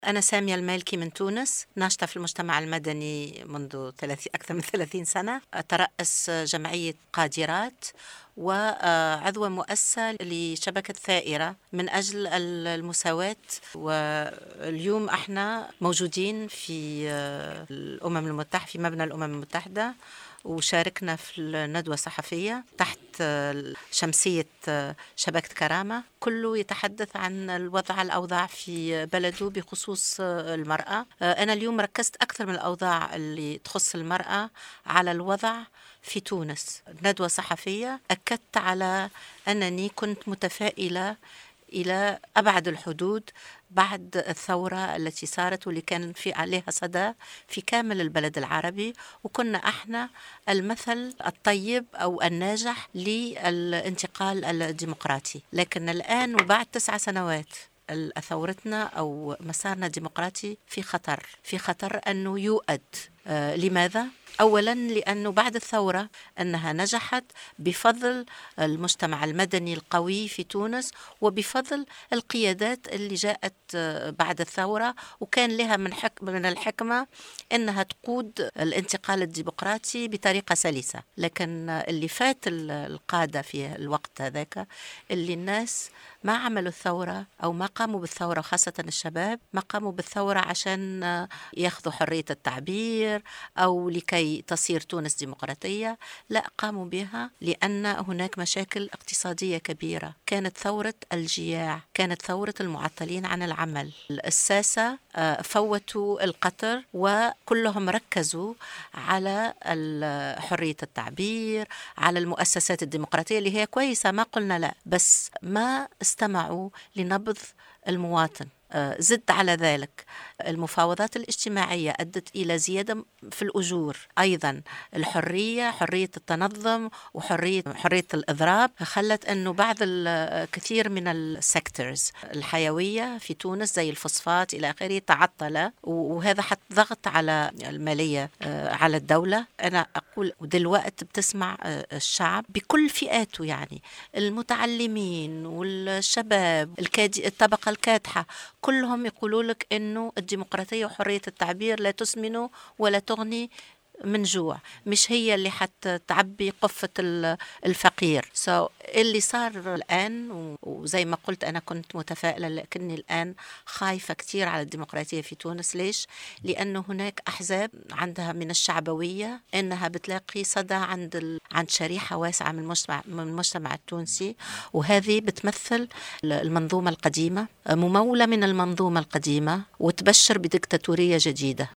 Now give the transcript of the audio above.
أنا سامية المالكي من تونس، ناشطة في المجتمع المدني منذ أكثر من 30 سنة. أترأس جمعية قادرات وعضوة مؤسسة لشبكة ثائرة من أجل المساواة. واليوم احنا موجودين في الأمم المتحدة، في مبنى الأمم المتحدة، وشاركنا في الندوة الصحفية تحت شمسية شبكة كرامة، كله يتحدث عن الأوضاع في بلده بخصوص المرأة. أنا اليوم ركزت أكثر من الأوضاع اللي تخص المرأة على الوضع في تونس. ندوة صحفية أكدت على أنني كنت متفائلة إلى أبعد الحدود بعد الثورة التي صارت واللي كان في عليها صدى في كامل البلد العربي، وكنا احنا المثل الطيب أو الناجح للانتقال الديمقراطي. لكن الآن وبعد 9 سنوات ثورتنا أو مسارنا الديمقراطي في خطر أنه يؤد. لماذا؟ أولا لأنه بعد الثورة أنها نجحت بفضل المجتمع المدني القوي في تونس وبفضل القيادات اللي جاءت بعد الثورة، وكان لها من الحكمة أنها تقود الانتقال الديمقراطي بطريقة سلسة. لكن اللي فات القادة في الوقت هذاك اللي الناس ما عملوا الثورة أو ما قاموا بالثورة، خاصة الشباب ما قاموا بالثورة عشان ياخذوا حرية التعبير أو لكي تصير تونس ديمقراطية، لا، قاموا بها لأن هناك مشاكل اقتصادية كبيرة. كانت ثورة الجياع، كانت ثورة المعطلين عن العمل. الساسة فوتوا القطر وكلهم ركزوا على حرية التعبير، على المؤسسات الديمقراطية اللي هي كويسة، ما قلنا لا، بس ما استمعوا لنبض المواطن. زد على ذلك المفاوضات الاجتماعية أدت إلى زيادة في الأجور، أيضا حرية التنظم وحرية الإضراب خلت أنه بعض الكثير من السيكتورز الحيوية في تونس زي الفوسفات إلى آخره تعطل، وهذا حط ضغط على المالية على الدولة. أنا أقول دلوقتي بتسمع الشعب بكل فئاته، يعني المتعلمين والشباب الطبقة الكادحة كلهم يقولوا لك إنه الديمقراطية وحرية التعبير لا تسمن ولا تغني من جوع، مش هي اللي حتعبي قفة الفقير. اللي صار الآن، وزي ما قلت أنا كنت متفائلة لكني الآن خايفة كتير على الديمقراطية في تونس. ليش؟ لأنه هناك أحزاب عندها من الشعبوية إنها بتلاقي صدى عند شريحة واسعة من المجتمع التونسي، وهذه بتمثل المنظومة القديمة، ممولة من المنظومة القديمة، وتبشر بديكتاتورية جديدة.